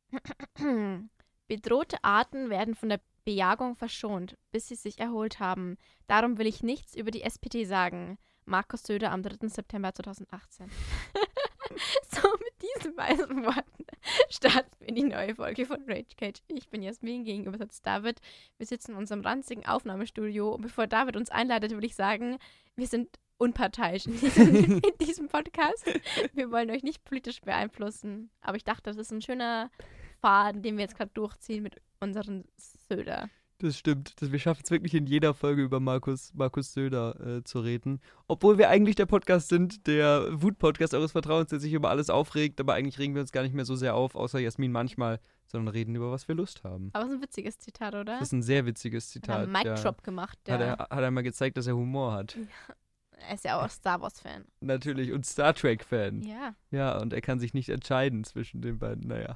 Bedrohte Arten werden von der Bejagung verschont, bis sie sich erholt haben. Darum will ich nichts über die SPD sagen. Markus Söder am 3. September 2018. So, mit diesen weisen Worten starten wir in die neue Folge von Rage Cage. Ich bin Jasmin, gegenüber sitzt David. Wir sitzen in unserem ranzigen Aufnahmestudio. Und bevor David uns einleitet, würde ich sagen, wir sind unparteiisch in diesem Podcast. Wir wollen euch nicht politisch beeinflussen. Aber ich dachte, das ist ein schöner Faden, den wir jetzt gerade durchziehen mit unserem Söder. Das stimmt. Wir schaffen es wirklich in jeder Folge über Markus Söder zu reden. Obwohl wir eigentlich der Podcast sind, der Wut-Podcast eures Vertrauens, der sich über alles aufregt. Aber eigentlich regen wir uns gar nicht mehr so sehr auf, außer Jasmin manchmal, sondern reden über was wir Lust haben. Aber es ist ein witziges Zitat, oder? Das ist ein sehr witziges Zitat. Hat er einen Mic-Drop gemacht. Hat er mal gezeigt, dass er Humor hat. Ja. Er ist ja auch Star Wars-Fan. Natürlich. Und Star Trek-Fan. Ja. Ja, und er kann sich nicht entscheiden zwischen den beiden. Naja.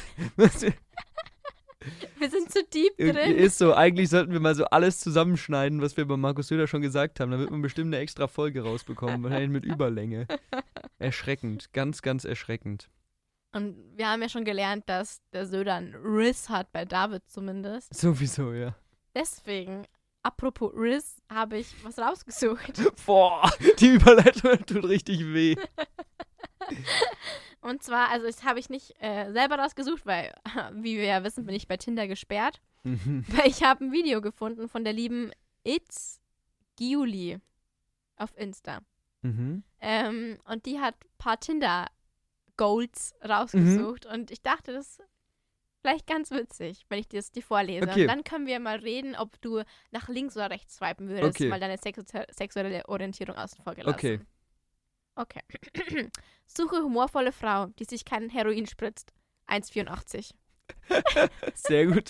Wir sind zu deep drin. Ist so, eigentlich sollten wir mal so alles zusammenschneiden, was wir bei Markus Söder schon gesagt haben. Da wird man bestimmt eine extra Folge rausbekommen, wahrscheinlich mit Überlänge. Erschreckend, ganz, ganz erschreckend. Und wir haben ja schon gelernt, dass der Söder einen Riss hat, bei David zumindest. Sowieso, ja. Deswegen, apropos Riss, habe ich was rausgesucht. Boah, die Überleitung tut richtig weh. Und zwar, also das habe ich nicht selber rausgesucht, weil, wie wir ja wissen, bin ich bei Tinder gesperrt. Weil ich habe ein Video gefunden von der lieben It's Giuli auf Insta. Und die hat ein paar Tinder-Goals rausgesucht. Und ich dachte, das ist vielleicht ganz witzig, wenn ich dir vorlese. Okay. Und dann können wir mal reden, ob du nach links oder rechts swipen würdest, Okay. mal deine sexuelle Orientierung außen vor gelassen. Okay. Suche humorvolle Frau, die sich kein Heroin spritzt. 1,84. Sehr gut.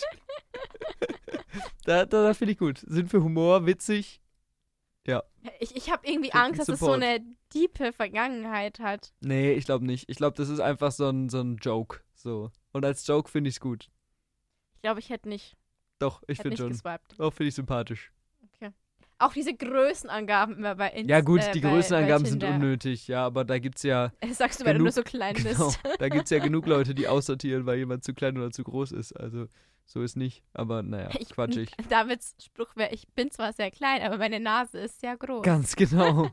Da finde ich gut. Sind für Humor witzig. Ja. Ich habe irgendwie Finden Angst, dass es so Support. eine diepe Vergangenheit hat. Nee, ich glaube nicht. Ich glaube, das ist einfach so ein Joke. So. Und als Joke finde ich es gut. Ich glaube, ich hätte nicht, Doch, ich finde schon. geswiped. Auch finde ich sympathisch. Auch diese Größenangaben immer bei Insta. Ja gut, die Größenangaben sind Tinder. unnötig, ja, aber da gibt's ja Das sagst du, weil du nur so klein genau, bist. da gibt's ja genug Leute, die aussortieren, weil jemand zu klein oder zu groß ist. Also so ist nicht, aber naja, quatschig. Davids Spruch wäre, ich bin zwar sehr klein, aber meine Nase ist sehr groß. Ganz genau.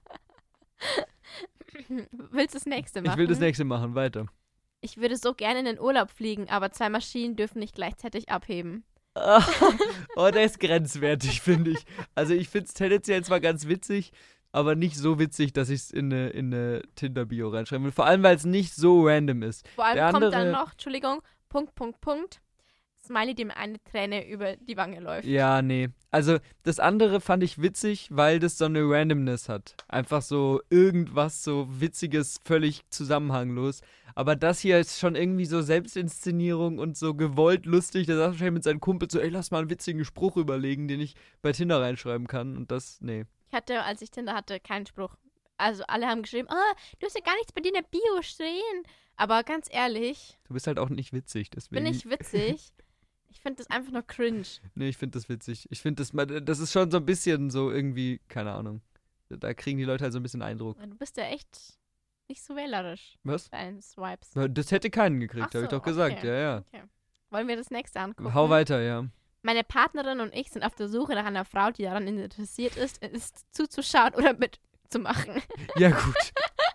Willst du das nächste machen? Ich will das nächste machen, weiter. Ich würde so gerne in den Urlaub fliegen, aber 2 Maschinen dürfen nicht gleichzeitig abheben. Oh, der ist grenzwertig, finde ich. Also ich finde es tendenziell zwar ganz witzig, aber nicht so witzig, dass ich es in eine Tinder-Bio reinschreiben will. Vor allem, weil es nicht so random ist. Vor allem Der kommt dann andere- noch, Entschuldigung, Punkt. Smiley, dem eine Träne über die Wange läuft. Ja, nee. Also das andere fand ich witzig, weil das so eine Randomness hat. Einfach so irgendwas so Witziges, völlig zusammenhanglos. Aber das hier ist schon irgendwie so Selbstinszenierung und so gewollt lustig. Der sagt wahrscheinlich mit seinem Kumpel so, ey, lass mal einen witzigen Spruch überlegen, den ich bei Tinder reinschreiben kann. Und das, nee. Ich hatte, als ich Tinder hatte, keinen Spruch. Also alle haben geschrieben, du hast ja gar nichts bei dir in der Bio stehen. Aber ganz ehrlich, Du bist halt auch nicht witzig, deswegen. bin ich witzig. Ich finde das einfach nur cringe. Nee, ich finde das witzig. Ich finde das ist schon so ein bisschen so irgendwie, keine Ahnung. Da kriegen die Leute halt so ein bisschen Eindruck. Du bist ja echt nicht so wählerisch Was? bei deinen Swipes. Das hätte keinen gekriegt, Ach habe ich so, doch gesagt. okay. Ja, ja. Okay. Wollen wir das nächste angucken? Hau weiter, ja. Meine Partnerin und ich sind auf der Suche nach einer Frau, die daran interessiert ist zuzuschauen oder mitzumachen. Ja, gut.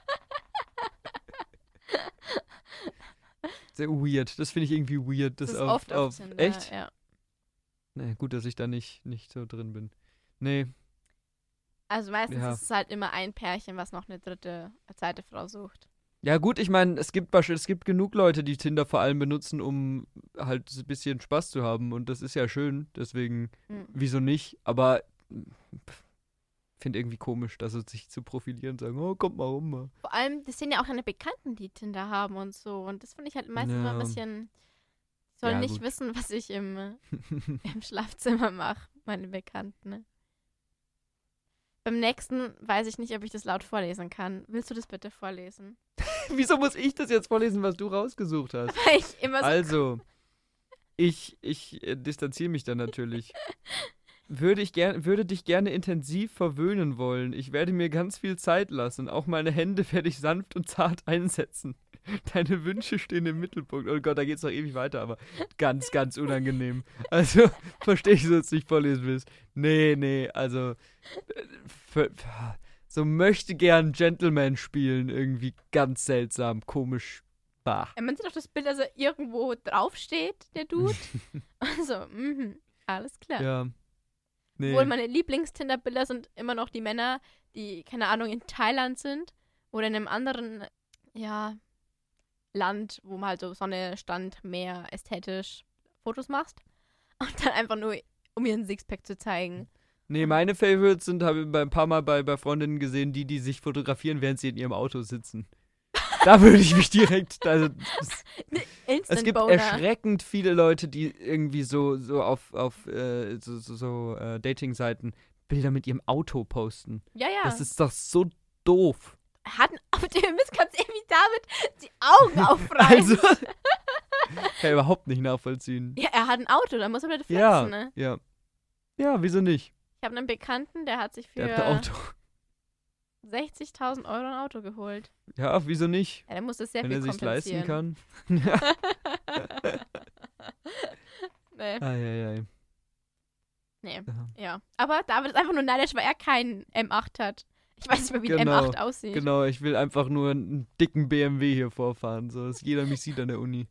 Sehr weird. Das finde ich irgendwie weird. Das ist oft auf Tinder. Echt? Ja. Nee, gut, dass ich da nicht so drin bin. Nee, Also meistens Ja. ist es halt immer ein Pärchen, was noch eine zweite Frau sucht. ja gut, ich meine, es gibt genug Leute, die Tinder vor allem benutzen, um halt ein bisschen Spaß zu haben. Und das ist ja schön, deswegen, wieso nicht? Aber finde irgendwie komisch, dass sie sich zu profilieren und sagen, oh, kommt mal rum. Mal. Vor allem, das sind ja auch eine Bekannten, die Tinder haben und so. Und das finde ich halt meistens immer ein Ja. bisschen. Ich soll Ja, nicht gut. wissen, was ich im Schlafzimmer mache, meine Bekannten. Ne? Beim nächsten weiß ich nicht, ob ich das laut vorlesen kann. Willst du das bitte vorlesen? Wieso muss ich das jetzt vorlesen, was du rausgesucht hast? Weil ich immer so. Also, ich distanziere mich dann natürlich. Würde dich gerne intensiv verwöhnen wollen. Ich werde mir ganz viel Zeit lassen. Auch meine Hände werde ich sanft und zart einsetzen. Deine Wünsche stehen im Mittelpunkt. Oh Gott, da geht's noch ewig weiter, aber ganz, ganz unangenehm. Also, verstehe ich, so dass du nicht vorlesen willst. Nee, also so möchte gern Gentleman spielen, irgendwie ganz seltsam, komisch. Bah. Man sieht doch das Bild, dass er irgendwo draufsteht, der Dude. Also, alles klar. Ja. Nee. Obwohl meine Lieblings-Tinder-Bilder sind immer noch die Männer, die, keine Ahnung, in Thailand sind oder in einem anderen, ja, Land, wo mal halt so Sonne, Strand, Meer, ästhetisch Fotos machst. Und dann einfach nur, um ihren Sixpack zu zeigen. Nee, meine Favorites sind, habe ich ein paar Mal bei Freundinnen gesehen, die sich fotografieren, während sie in ihrem Auto sitzen. Da würde ich mich direkt, also es gibt erschreckend viele Leute, die irgendwie so auf Dating-Seiten Bilder mit ihrem Auto posten. Ja. Das ist doch so doof. Auf dem Mist kannst du irgendwie damit die Augen aufreißen. Also, kann ich überhaupt nicht nachvollziehen. Ja, er hat ein Auto, da muss er bitte flexen, ne? Ja. Ja, wieso nicht? Ich habe einen Bekannten, der hat sich für Der hat ein Auto. 60.000 Euro ein Auto geholt. Ja, wieso nicht? Ja, der muss das sehr Wenn viel er sich's leisten kompensieren. kann. Nee. Ei. Nee, ja. Aber David ist einfach nur neidisch, weil er keinen M8 hat. Ich weiß nicht mehr, wie ein M8 aussieht. Genau, ich will einfach nur einen dicken BMW hier vorfahren, so dass jeder mich sieht an der Uni.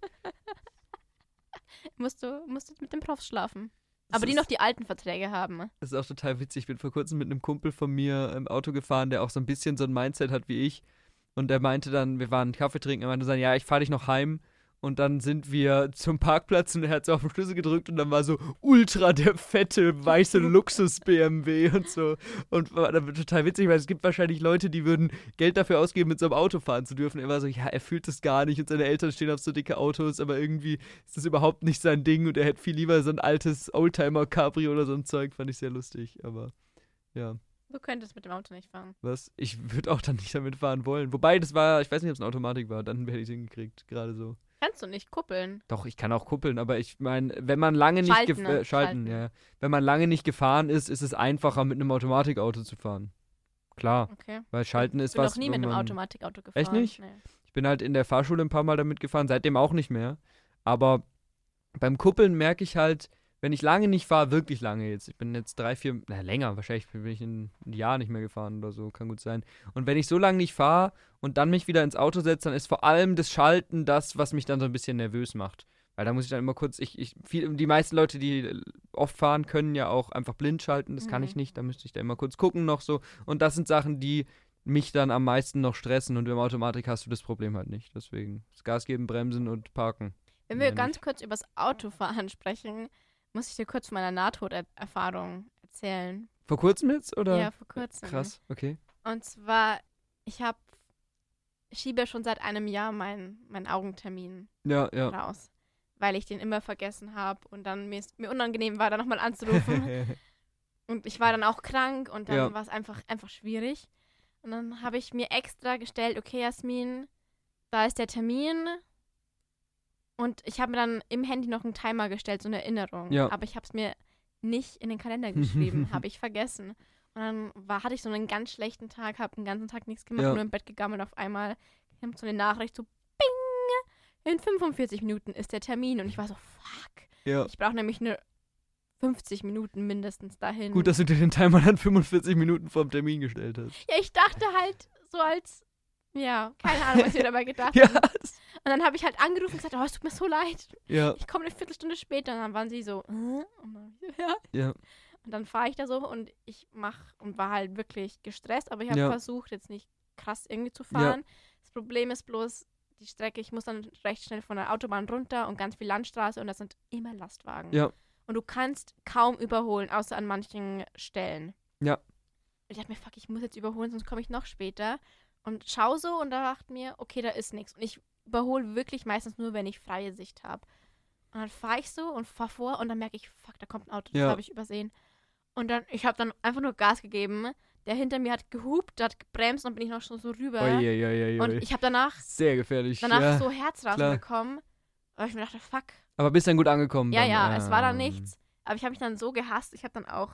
Musst du mit den Profs schlafen. Aber die noch die alten Verträge haben. Das ist auch total witzig. Ich bin vor kurzem mit einem Kumpel von mir im Auto gefahren, der auch so ein bisschen so ein Mindset hat wie ich. Und der meinte dann, wir waren Kaffee trinken, er meinte dann, ja, ich fahre dich noch heim. Und dann sind wir zum Parkplatz und er hat so auf den Schlüssel gedrückt und dann war so ultra der fette, weiße Luxus-BMW und so. Und war dann total witzig, weil es gibt wahrscheinlich Leute, die würden Geld dafür ausgeben, mit so einem Auto fahren zu dürfen. Er war so, ja, er fühlt das gar nicht und seine Eltern stehen auf so dicke Autos, aber irgendwie ist das überhaupt nicht sein Ding und er hätte viel lieber so ein altes Oldtimer-Cabrio oder so ein Zeug. Fand ich sehr lustig, aber ja. Du könntest mit dem Auto nicht fahren. Was? Ich würde auch dann nicht damit fahren wollen. Wobei, das war, ich weiß nicht, ob es eine Automatik war, dann hätte ich es hingekriegt, gerade so. Kannst du nicht kuppeln. Doch, ich kann auch kuppeln, aber ich meine, wenn man lange nicht Schalten. Ja. Wenn man lange nicht gefahren ist, ist es einfacher, mit einem Automatikauto zu fahren. Klar. Okay. Weil Schalten ist Ich bin was. noch nie mit einem Automatikauto gefahren. Echt nicht? Nee. Ich bin halt in der Fahrschule ein paar Mal damit gefahren, seitdem auch nicht mehr. Aber beim Kuppeln merke ich halt, wenn ich lange nicht fahre, wirklich lange jetzt. Ich bin jetzt 3, 4, länger, wahrscheinlich bin ich ein Jahr nicht mehr gefahren oder so, kann gut sein. Und wenn ich so lange nicht fahre und dann mich wieder ins Auto setze, dann ist vor allem das Schalten das, was mich dann so ein bisschen nervös macht. Weil da muss ich dann immer kurz, die meisten Leute, die oft fahren, können ja auch einfach blind schalten, das kann ich nicht, da müsste ich da immer kurz gucken noch so. Und das sind Sachen, die mich dann am meisten noch stressen und im Automatik hast du das Problem halt nicht. Deswegen das Gas geben, bremsen und parken. Wenn wir ganz kurz übers Autofahren sprechen, muss ich dir kurz von meiner Nahtoderfahrung erzählen. Vor kurzem jetzt, oder? Ja, vor kurzem. Krass, okay. Und zwar, ich schiebe schon seit einem Jahr meinen Augentermin Ja. raus, weil ich den immer vergessen habe und dann mir unangenehm war, da nochmal anzurufen. Und ich war dann auch krank und dann war es einfach schwierig. Und dann habe ich mir extra gestellt, okay, Jasmin, da ist der Termin. Und ich habe mir dann im Handy noch einen Timer gestellt, so eine Erinnerung. Ja. Aber ich habe es mir nicht in den Kalender geschrieben, habe ich vergessen. Und dann hatte ich so einen ganz schlechten Tag, habe den ganzen Tag nichts gemacht, nur im Bett gegammelt. Auf einmal kommt so eine Nachricht, so bing, in 45 Minuten ist der Termin. Und ich war so, fuck. Ja. Ich brauche nämlich nur 50 Minuten mindestens dahin. Gut, dass du dir den Timer dann 45 Minuten vorm Termin gestellt hast. Ja, ich dachte halt so als, ja, keine Ahnung, was wir dabei gedacht haben. Und dann habe ich halt angerufen und gesagt, oh, es tut mir so leid. Ja. Ich komme eine Viertelstunde später. Und dann waren sie so, ja. Und dann fahre ich da so und war halt wirklich gestresst, aber ich habe versucht, jetzt nicht krass irgendwie zu fahren. Ja. Das Problem ist bloß, die Strecke, ich muss dann recht schnell von der Autobahn runter und ganz viel Landstraße und das sind immer Lastwagen. Ja. Und du kannst kaum überholen, außer an manchen Stellen. Ja. Und ich dachte mir, fuck, ich muss jetzt überholen, sonst komme ich noch später. Und schau so und da dachte mir, okay, da ist nichts. Und ich überhole wirklich meistens nur, wenn ich freie Sicht habe. Und dann fahre ich so und fahre vor und dann merke ich, fuck, da kommt ein Auto, das habe ich übersehen. Und dann, ich habe dann einfach nur Gas gegeben. Der hinter mir hat gehupt, hat gebremst und bin ich noch schon so rüber. Und ich habe danach sehr gefährlich. So Herzrasen bekommen. Aber ich mir dachte, fuck. Aber bist dann gut angekommen? Ja, es war dann nichts. Aber ich habe mich dann so gehasst. Ich habe dann auch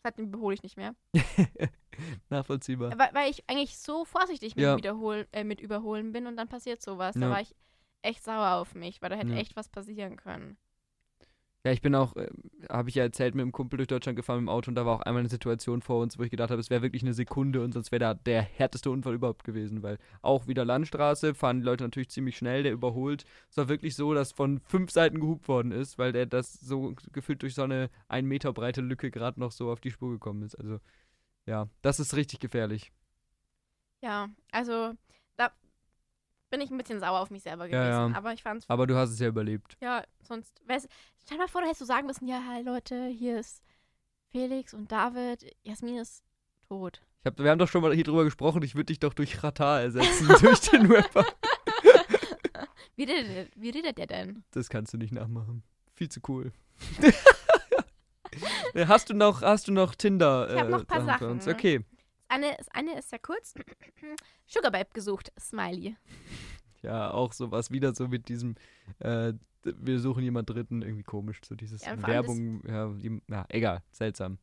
Seitdem überhole ich nicht mehr. Nachvollziehbar. Weil ich eigentlich so vorsichtig mit, Ja. mit Überholen bin und dann passiert sowas. Ja. Da war ich echt sauer auf mich, weil da hätte Ja. echt was passieren können. Ja, ich bin auch, habe ich ja erzählt, mit dem Kumpel durch Deutschland gefahren mit dem Auto und da war auch einmal eine Situation vor uns, wo ich gedacht habe, es wäre wirklich eine Sekunde und sonst wäre da der härteste Unfall überhaupt gewesen, weil auch wieder Landstraße, fahren die Leute natürlich ziemlich schnell, der überholt. Es war wirklich so, dass von 5 Seiten gehupt worden ist, weil der das so gefühlt durch so eine 1 Meter breite Lücke gerade noch so auf die Spur gekommen ist. Also, ja, das ist richtig gefährlich. Ja, also da bin ich ein bisschen sauer auf mich selber Ja, gewesen. ja. Aber ich fand's, Aber du hast es ja überlebt. ja, sonst, stell dir mal vor, du hättest so sagen müssen, ja, hi Leute, hier ist Felix und David, Jasmin ist tot. Wir haben doch schon mal hier drüber gesprochen, ich würde dich doch durch Ratar ersetzen, durch den Rapper. Wie redet der denn? Das kannst du nicht nachmachen. Viel zu cool. Hast du noch Tinder? Ich hab noch ein paar Sachen für uns? Sachen. Okay. Das eine ist ja kurz. Sugar Babe gesucht, Smiley. Ja, auch sowas wieder so mit diesem, wir suchen jemand Dritten, irgendwie komisch, so dieses Ja, und vor allem Werbung, egal, seltsam.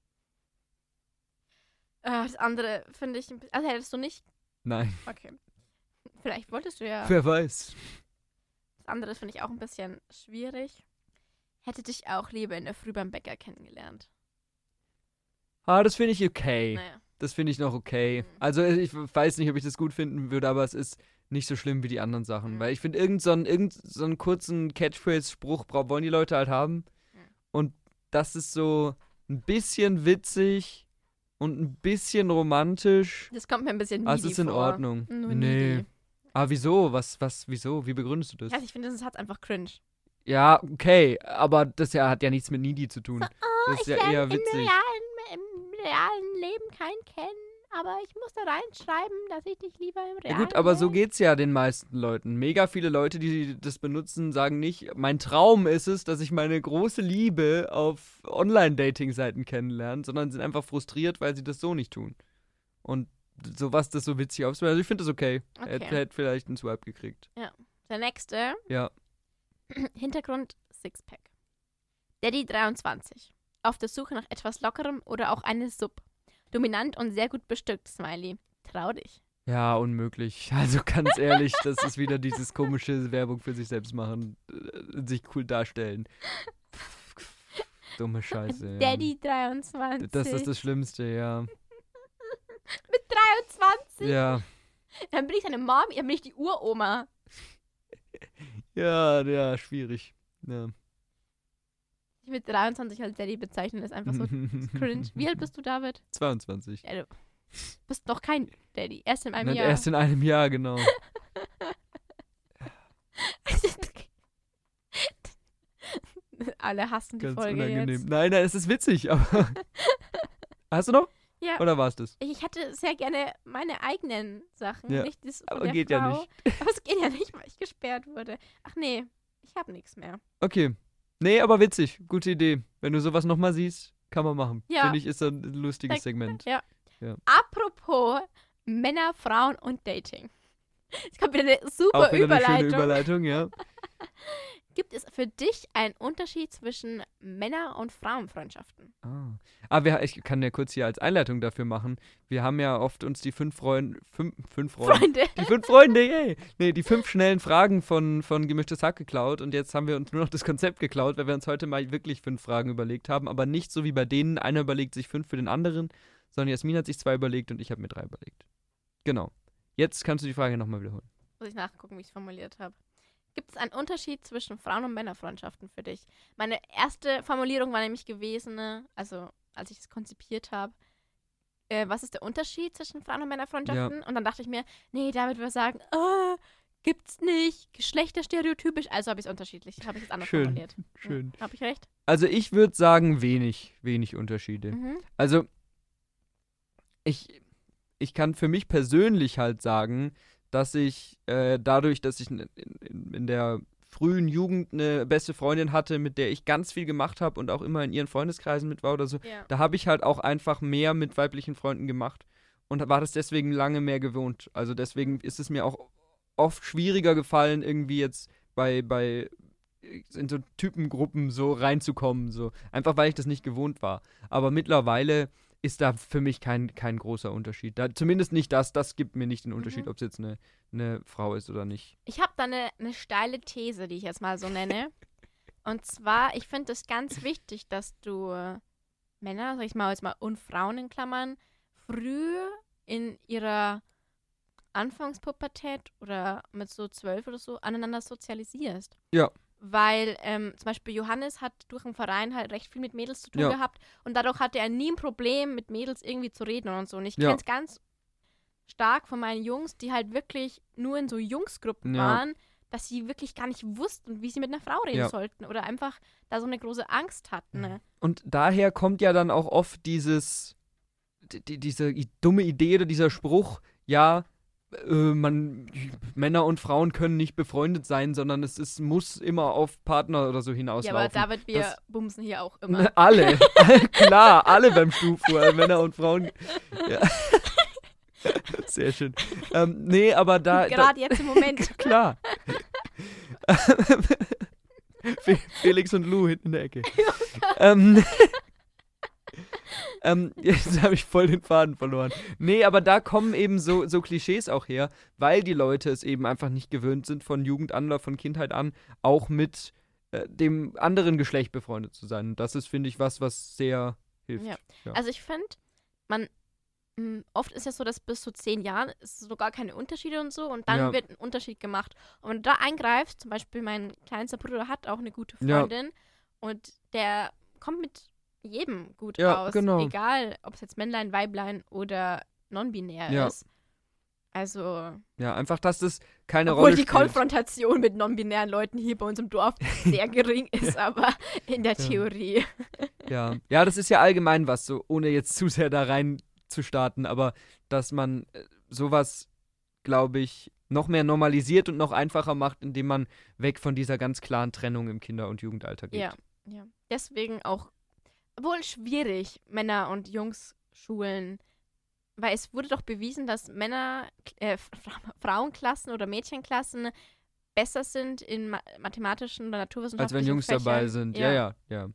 Das andere finde ich, also hättest du nicht, Nein, okay. Vielleicht wolltest du ja. wer weiß. Das andere finde ich auch ein bisschen schwierig. Hätte dich auch lieber in der Früh beim Bäcker kennengelernt. Das finde ich okay. Naja. Das finde ich noch okay. Mhm. Also ich weiß nicht, ob ich das gut finden würde, aber es ist nicht so schlimm wie die anderen Sachen. Mhm. Weil ich finde, irgend so einen kurzen Catchphrase-Spruch wollen die Leute halt haben. Mhm. Und das ist so ein bisschen witzig und ein bisschen romantisch. Das kommt mir ein bisschen needy Also ist in vor. Ordnung. Nur Nee. needy. Aber wieso? wieso? Wie begründest du das? Also ich finde, das hat einfach cringe. Ja, okay, aber das hat ja nichts mit Needy zu tun. Das ist ja eher witzig. Im realen Leben keinen kennen, aber ich muss da reinschreiben, dass ich dich lieber im realen Ja gut, aber so Leben- geht's ja den meisten Leuten. Mega viele Leute, die das benutzen, sagen nicht, mein Traum ist es, dass ich meine große Liebe auf Online-Dating-Seiten kennenlerne, sondern sind einfach frustriert, weil sie das so nicht tun. Und sowas das so witzig aufs. Also ich finde das okay. Okay. Er hätte vielleicht einen Swipe gekriegt. Der nächste, Ja. Hintergrund Sixpack. Daddy 23. Auf der Suche nach etwas Lockerem oder auch eine Sub. Dominant und sehr gut bestückt, Smiley. Trau dich. Ja, unmöglich. Also ganz ehrlich, das ist wieder dieses komische Werbung für sich selbst machen, sich cool darstellen. Dumme Scheiße. Ja. Daddy 23. Das ist das Schlimmste, ja. Mit 23? Ja. Dann bin ich seine Mom, dann bin ich die Uroma. Ja, schwierig. Ja. Ich mit 23 als Daddy bezeichnen, ist einfach so cringe. Wie alt bist du, David? 22. Ja, du bist noch kein Daddy. Erst in einem Nein, Jahr. erst in einem Jahr, genau. Alle hassen die Ganz Folge unangenehm. jetzt. Nein, es ist witzig, aber. Hast du noch? Ja, Oder war es das? ich hatte sehr gerne meine eigenen Sachen, Ja, nicht das von aber der geht Frau. ja nicht. Aber es geht ja nicht, weil ich gesperrt wurde. Ach nee, ich habe nichts mehr. Okay. Nee, aber witzig. Gute Idee. Wenn du sowas nochmal siehst, kann man machen. Ja. Finde ich, ist ein lustiges Da- Segment. Ja. Ja. Apropos Männer, Frauen und Dating. Es kommt wieder eine super Auch wieder eine Überleitung. schöne Überleitung, ja. Gibt es für dich einen Unterschied zwischen Männer- und Frauenfreundschaften? Ich kann ja kurz hier als Einleitung dafür machen. Wir haben ja oft uns die fünf Freunde. Freunde. Die 5 Freunde, yay! Nee, die 5 schnellen Fragen von Gemischtes Hack geklaut und jetzt haben wir uns nur noch das Konzept geklaut, weil wir uns heute mal wirklich 5 Fragen überlegt haben, aber nicht so wie bei denen, einer überlegt sich 5 für den anderen, sondern Jasmin hat sich 2 überlegt und ich habe mir 3 überlegt. Genau. Jetzt kannst du die Frage nochmal wiederholen. Muss ich nachgucken, wie ich es formuliert habe. Gibt es einen Unterschied zwischen Frauen- und Männerfreundschaften für dich? Meine erste Formulierung war nämlich gewesen, also als ich es konzipiert habe, was ist der Unterschied zwischen Frauen- und Männerfreundschaften? Und dann dachte ich mir, nee, David würde sagen, gibt's nicht, geschlechterstereotypisch, also habe ich es unterschiedlich, habe ich es anders Schön, formuliert. schön. Habe ich recht? Also ich würde sagen, wenig Unterschiede. Mhm. Also, ich kann für mich persönlich halt sagen, dass ich dadurch, dass ich in der frühen Jugend eine beste Freundin hatte, mit der ich ganz viel gemacht habe und auch immer in ihren Freundeskreisen mit war oder so, Ja. da habe ich halt auch einfach mehr mit weiblichen Freunden gemacht und war das deswegen lange mehr gewohnt. Also deswegen ist es mir auch oft schwieriger gefallen, irgendwie jetzt bei in so Typengruppen so reinzukommen, so. Einfach weil ich das nicht gewohnt war. Aber mittlerweile ist da für mich kein großer Unterschied. Zumindest nicht das gibt mir nicht den Unterschied, ob es jetzt eine Frau ist oder nicht. Ich habe da eine steile These, die ich jetzt mal so nenne. Und zwar, ich finde es ganz wichtig, dass du Männer, sag ich mal jetzt mal, und Frauen in Klammern, früh in ihrer Anfangspubertät oder mit so 12 oder so aneinander sozialisierst. Ja. Weil zum Beispiel Johannes hat durch den Verein halt recht viel mit Mädels zu tun gehabt und dadurch hatte er nie ein Problem, mit Mädels irgendwie zu reden und so. Und ich kenne es ganz stark von meinen Jungs, die halt wirklich nur in so Jungsgruppen waren, dass sie wirklich gar nicht wussten, wie sie mit einer Frau reden sollten oder einfach da so eine große Angst hatten. Ne? Und daher kommt ja dann auch oft diese dumme Idee oder dieser Spruch, Männer und Frauen können nicht befreundet sein, sondern es muss immer auf Partner oder so hinauslaufen. Ja, aber David, wir bumsen hier auch immer. Alle, klar, alle beim Stufu, Männer und Frauen. Ja. Sehr schön. Nee, aber da... Gerade jetzt im Moment. Klar. Felix und Lou hinten in der Ecke. Jetzt habe ich voll den Faden verloren. Nee, aber da kommen eben so Klischees auch her, weil die Leute es eben einfach nicht gewöhnt sind, von Jugend an oder von Kindheit an, auch mit dem anderen Geschlecht befreundet zu sein. Und das ist, finde ich, was sehr hilft. Ja. Also ich finde, oft ist ja so, dass bis zu 10 Jahren es so gar keine Unterschiede und so und dann wird ein Unterschied gemacht. Und wenn du da eingreifst, zum Beispiel mein kleinster Bruder hat auch eine gute Freundin und der kommt mit jedem gut aus. Genau. Egal, ob es jetzt Männlein, Weiblein oder non-binär ist. Also. Ja, einfach, dass das keine Rolle spielt. Obwohl die Konfrontation mit non-binären Leuten hier bei uns im Dorf sehr gering ist, aber in der Theorie. Ja, das ist ja allgemein was, so ohne jetzt zu sehr da rein zu starten, aber dass man sowas, glaube ich, noch mehr normalisiert und noch einfacher macht, indem man weg von dieser ganz klaren Trennung im Kinder- und Jugendalter geht. Ja. Deswegen auch wohl schwierig, Männer- und Jungs-Schulen, weil es wurde doch bewiesen, dass Frauenklassen oder Mädchenklassen besser sind in mathematischen oder naturwissenschaftlichen als wenn Jungs Fächern. Dabei sind. Ja.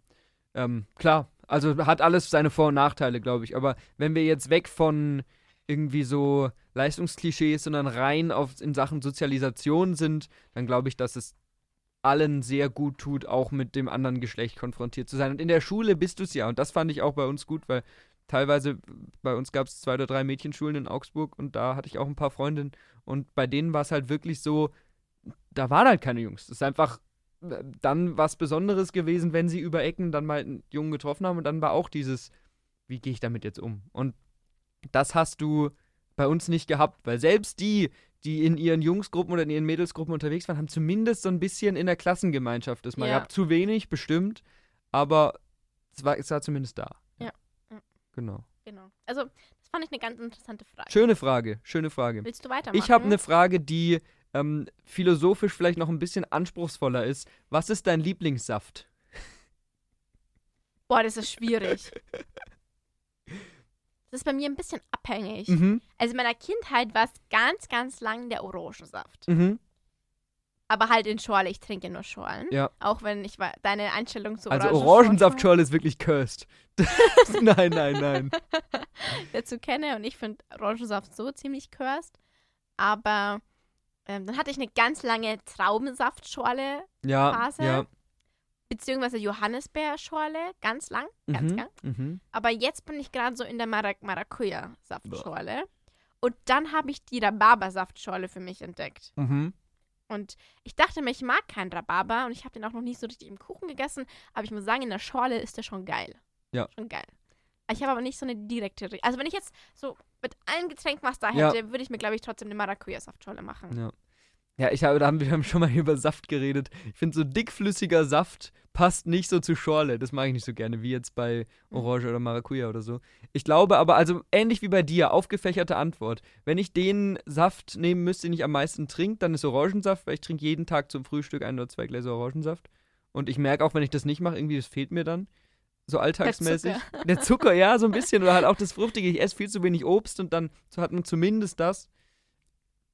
Klar, also hat alles seine Vor- und Nachteile, glaube ich. Aber wenn wir jetzt weg von irgendwie so Leistungsklischees, sondern rein in Sachen Sozialisation sind, dann glaube ich, dass es allen sehr gut tut, auch mit dem anderen Geschlecht konfrontiert zu sein. Und in der Schule bist du es ja. Und das fand ich auch bei uns gut, weil teilweise bei uns gab es 2 oder 3 Mädchenschulen in Augsburg und da hatte ich auch ein paar Freundinnen. Und bei denen war es halt wirklich so, da waren halt keine Jungs. Das ist einfach dann was Besonderes gewesen, wenn sie über Ecken dann mal einen Jungen getroffen haben. Und dann war auch dieses, wie gehe ich damit jetzt um? Und das hast du bei uns nicht gehabt, weil selbst die in ihren Jungsgruppen oder in ihren Mädelsgruppen unterwegs waren, haben zumindest so ein bisschen in der Klassengemeinschaft das mal gehabt. Zu wenig, bestimmt, aber es war zumindest da. Ja. Genau. Also, das fand ich eine ganz interessante Frage. Schöne Frage. Willst du weitermachen? Ich habe eine Frage, die philosophisch vielleicht noch ein bisschen anspruchsvoller ist. Was ist dein Lieblingssaft? Boah, das ist schwierig. Das ist bei mir ein bisschen abhängig. Also in meiner Kindheit war es ganz, ganz lang der Orangensaft. Aber halt in Schorle. Ich trinke nur Schorlen. Ja. Auch wenn deine Einstellung zu Also Orangensaftschorle ist wirklich cursed. Nein. Dazu kenne und ich finde Orangensaft so ziemlich cursed. Aber dann hatte ich eine ganz lange Traubensaftschorle Phase. Ja. Beziehungsweise Johannisbeerschorle, ganz lang. Aber jetzt bin ich gerade so in der Maracuja-Saftschorle. Und dann habe ich die Rhabarber-Saftschorle für mich entdeckt. Und ich dachte mir, ich mag keinen Rhabarber und ich habe den auch noch nicht so richtig im Kuchen gegessen. Aber ich muss sagen, in der Schorle ist der schon geil. Ja. Schon geil. Ich habe aber nicht so eine direkte... Also wenn ich jetzt so mit allen Getränken was da hätte, würde ich mir, glaube ich, trotzdem eine Maracuja-Saftschorle machen. Ja. Ja, wir haben schon mal über Saft geredet. Ich finde, so dickflüssiger Saft passt nicht so zu Schorle. Das mag ich nicht so gerne, wie jetzt bei Orange oder Maracuja oder so. Ich glaube aber, also ähnlich wie bei dir, aufgefächerte Antwort. Wenn ich den Saft nehmen müsste, den ich am meisten trinke, dann ist Orangensaft, weil ich trinke jeden Tag zum Frühstück 1 oder 2 Gläser Orangensaft. Und ich merke auch, wenn ich das nicht mache, irgendwie, das fehlt mir dann. So alltagsmäßig. Der Zucker, ja, so ein bisschen. Oder halt auch das Fruchtige. Ich esse viel zu wenig Obst und dann hat man zumindest das.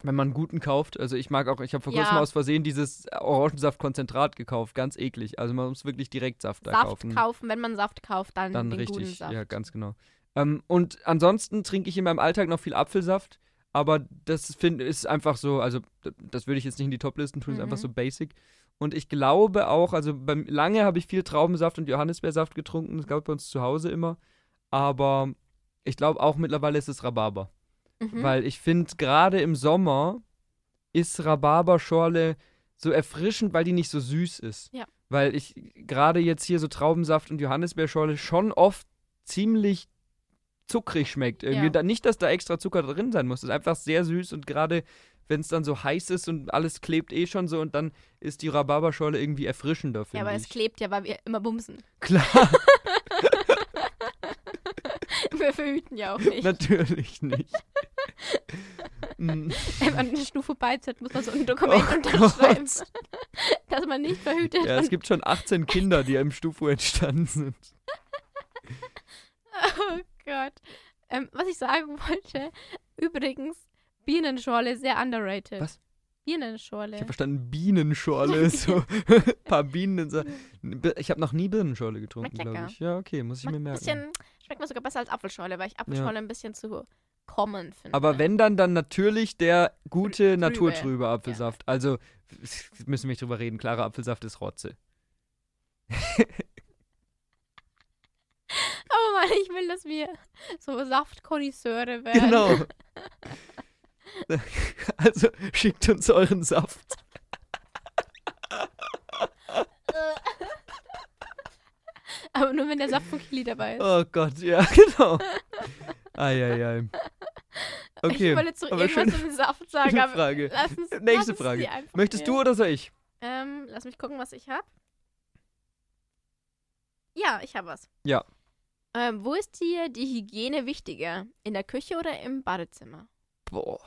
wenn man einen guten kauft. Also ich mag auch, ich habe vor kurzem Ja. aus Versehen dieses Orangensaftkonzentrat gekauft. Ganz eklig. Also man muss wirklich direkt Saft da Saft kaufen. wenn man Saft kauft, dann Dann den guten richtig, Saft. ja, ganz genau. Und ansonsten trinke ich in meinem Alltag noch viel Apfelsaft. Aber das ist einfach so, also das würde ich jetzt nicht in die Top-Listen tun, ist einfach so basic. Und ich glaube auch, also lange habe ich viel Traubensaft und Johannisbeersaft getrunken. Das gab es bei uns zu Hause immer. Aber ich glaube auch mittlerweile ist es Rhabarber. Mhm. Weil ich finde, gerade im Sommer ist Rhabarberschorle so erfrischend, weil die nicht so süß ist. Ja. Weil ich gerade jetzt hier so Traubensaft und Johannisbeerschorle schon oft ziemlich zuckrig schmeckt. Irgendwie. Ja. Nicht, dass da extra Zucker drin sein muss. Es ist einfach sehr süß und gerade wenn es dann so heiß ist und alles klebt eh schon so und dann ist die Rhabarberschorle irgendwie erfrischender, Ja, finde aber ich. es klebt ja, weil wir immer bumsen. Klar, Wir verhüten ja auch nicht. natürlich nicht. Mm. Wenn man eine Stufe beitritt, muss man so ein Dokument Oh unterschreiben, dass man nicht verhütet. Ja, es gibt schon 18 Kinder, die im Stufo entstanden sind. Oh Gott. Was ich sagen wollte, übrigens, Bienenschorle sehr underrated. Was? Bienenschorle. Ich habe verstanden, Bienenschorle, so ein paar Bienen. So. Ich habe noch nie Birnenschorle getrunken, Schmeckt lecker. glaube ich. Ja, okay, muss ich mir merken. Schmeckt mir sogar besser als Apfelschorle, weil ich Apfelschorle ein bisschen zu common finde. Aber wenn dann natürlich der gute, Trübe. naturtrübe Apfelsaft. Also, müssen wir nicht drüber reden, klarer Apfelsaft ist Rotze. Oh Mann, ich will, dass wir so Saftkonnoisseure werden. Genau. Also, schickt uns euren Saft. Aber nur wenn der Saft von Kili dabei ist. Oh Gott, ja, genau. Eieiei. Okay, Ich wollte jetzt so aber irgendwas schöne- zu dem Saft sagen, schöne aber Frage. lass Nächste uns Frage. die einfach Möchtest wählen. du oder soll ich? Lass mich gucken, was ich habe. Ja, ich habe was. Ja. Wo ist dir die Hygiene wichtiger? In der Küche oder im Badezimmer? Boah.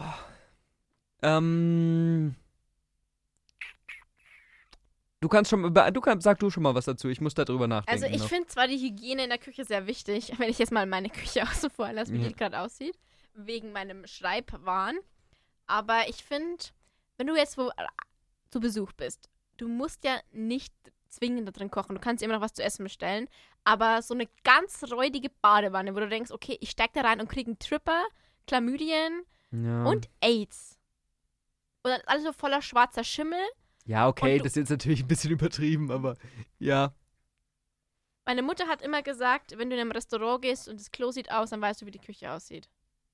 Sag du schon mal was dazu. Ich muss da drüber nachdenken. Also ich noch. finde zwar die Hygiene in der Küche sehr wichtig, wenn ich jetzt mal meine Küche außen vor lasse, wie Ja. die gerade aussieht, wegen meinem Schreibwahn. Aber ich finde, wenn du jetzt wo zu Besuch bist, du musst ja nicht zwingend da drin kochen. Du kannst immer noch was zu essen bestellen. Aber so eine ganz räudige Badewanne, wo du denkst, okay, ich steig da rein und kriege einen Tripper, Chlamydien Ja. und AIDS. Und dann alles so voller schwarzer Schimmel. Ja, okay, und du- das ist jetzt natürlich ein bisschen übertrieben, aber ja. Meine Mutter hat immer gesagt, wenn du in einem Restaurant gehst und das Klo sieht aus, dann weißt du, wie die Küche aussieht.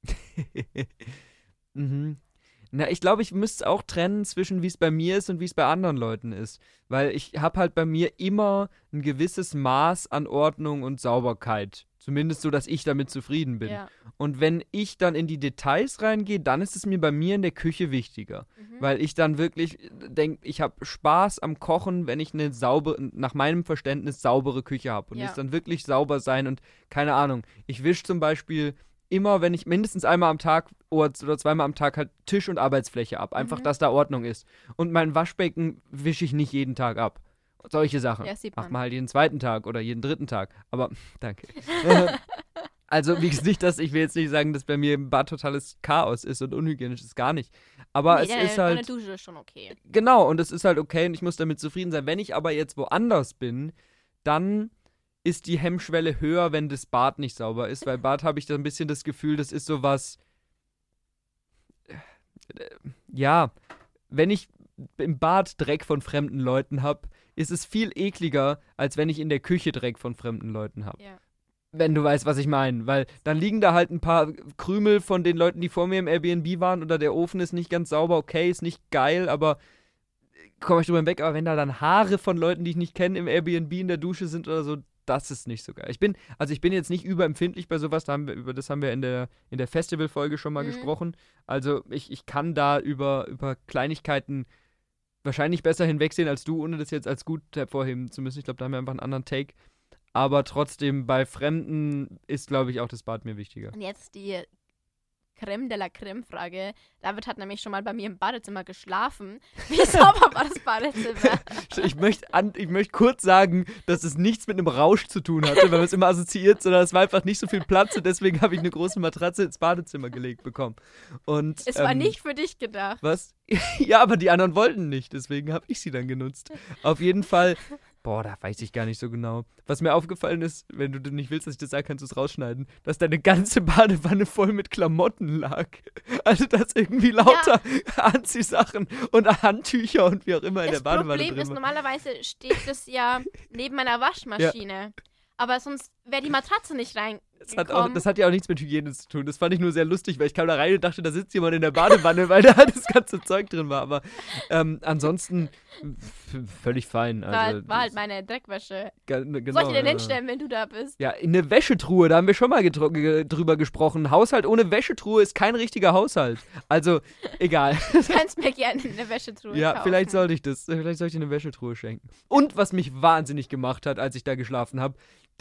Mhm. Na, ich glaube, ich müsste auch trennen zwischen wie es bei mir ist und wie es bei anderen Leuten ist. Weil ich habe halt bei mir immer ein gewisses Maß an Ordnung und Sauberkeit. Zumindest so, dass ich damit zufrieden bin. Ja. Und wenn ich dann in die Details reingehe, dann ist es mir bei mir in der Küche wichtiger. Mhm. Weil ich dann wirklich denke, ich habe Spaß am Kochen, wenn ich eine nach meinem Verständnis saubere Küche habe. Und Ja. es dann wirklich sauber sein und keine Ahnung. Ich wische zum Beispiel immer, wenn ich mindestens einmal am Tag oder zweimal am Tag halt Tisch und Arbeitsfläche ab. Einfach, Mhm. dass da Ordnung ist. Und mein Waschbecken wische ich nicht jeden Tag ab. Solche Sachen. Ja, das sieht Mach man. mal halt jeden zweiten Tag oder jeden dritten Tag. Aber, danke. Also, wie gesagt, ich will jetzt nicht sagen, dass bei mir im Bad totales Chaos ist und unhygienisch ist, gar nicht. Aber es ist Eine halt, Dusche ist schon okay. genau, und es ist halt okay und ich muss damit zufrieden sein. Wenn ich aber jetzt woanders bin, dann ist die Hemmschwelle höher, wenn das Bad nicht sauber ist, weil Bad habe ich da ein bisschen das Gefühl, das ist sowas, ja, wenn ich im Bad Dreck von fremden Leuten habe, ist es viel ekliger, als wenn ich in der Küche Dreck von fremden Leuten habe. Ja. Wenn du weißt, was ich meine. Weil dann liegen da halt ein paar Krümel von den Leuten, die vor mir im Airbnb waren oder der Ofen ist nicht ganz sauber. Okay, ist nicht geil, aber komme ich drüber hinweg. Aber wenn da dann Haare von Leuten, die ich nicht kenne, im Airbnb in der Dusche sind oder so, das ist nicht so geil. Ich bin jetzt nicht überempfindlich bei sowas. Über das haben wir in der Festival-Folge schon mal Mhm. gesprochen. Also ich kann da über Kleinigkeiten wahrscheinlich besser hinwegsehen als du, ohne das jetzt als gut hervorheben zu müssen. Ich glaube, da haben wir einfach einen anderen Take. Aber trotzdem, bei Fremden ist, glaube ich, auch das Bad mir wichtiger. Und jetzt die Creme de la Creme-Frage. David hat nämlich schon mal bei mir im Badezimmer geschlafen. Wie sauber war das Badezimmer? Ich möchte kurz sagen, dass es nichts mit einem Rausch zu tun hatte, weil man es immer assoziiert, sondern es war einfach nicht so viel Platz und deswegen habe ich eine große Matratze ins Badezimmer gelegt bekommen. Und, Es war nicht für dich gedacht. Was? Ja, aber die anderen wollten nicht, deswegen habe ich sie dann genutzt. Auf jeden Fall, da weiß ich gar nicht so genau. Was mir aufgefallen ist, wenn du nicht willst, dass ich das sage, kannst du es rausschneiden, dass deine ganze Badewanne voll mit Klamotten lag. Also, dass irgendwie lauter Anziehsachen und Handtücher und wie auch immer in der Badewanne Das Problem ist, drin war. normalerweise steht das ja neben meiner Waschmaschine. Aber sonst wäre die Matratze nicht reingekommen. Das hat ja auch nichts mit Hygiene zu tun. Das fand ich nur sehr lustig, weil ich kam da rein und dachte, da sitzt jemand in der Badewanne, weil da das ganze Zeug drin war. Aber ansonsten völlig fein. Also, war halt meine Dreckwäsche. Genau, Soll ich dir denn hinstellen, wenn du da bist? Ja, in eine Wäschetruhe, da haben wir schon mal drüber gesprochen. Haushalt ohne Wäschetruhe ist kein richtiger Haushalt. Also, egal. Du kannst mir gerne eine Wäschetruhe Ja, kaufen. vielleicht sollte ich das. Vielleicht sollte ich dir eine Wäschetruhe schenken. Und was mich wahnsinnig gemacht hat, als ich da geschlafen habe,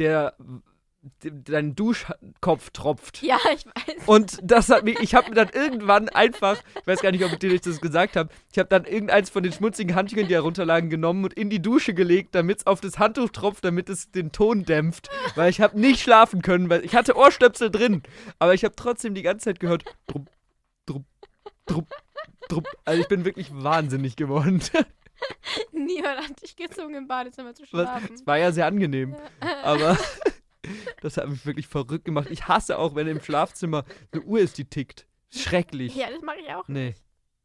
dein Duschkopf tropft. Ja, ich weiß. Und ich habe mir dann irgendwann einfach, ich weiß gar nicht, ob ich dir das gesagt habe, ich habe dann irgendeins von den schmutzigen Handtüchern, die herunterlagen, genommen und in die Dusche gelegt, damit es auf das Handtuch tropft, damit es den Ton dämpft. Weil ich habe nicht schlafen können, weil ich hatte Ohrstöpsel drin, aber ich habe trotzdem die ganze Zeit gehört, drupp, drupp, drupp, drupp. Also ich bin wirklich wahnsinnig geworden. Niemand hat dich gezwungen, im Badezimmer zu schlafen. Es war ja sehr angenehm, aber das hat mich wirklich verrückt gemacht. Ich hasse auch, wenn im Schlafzimmer eine Uhr ist, die tickt. Schrecklich. Ja, das mache ich auch. Nee.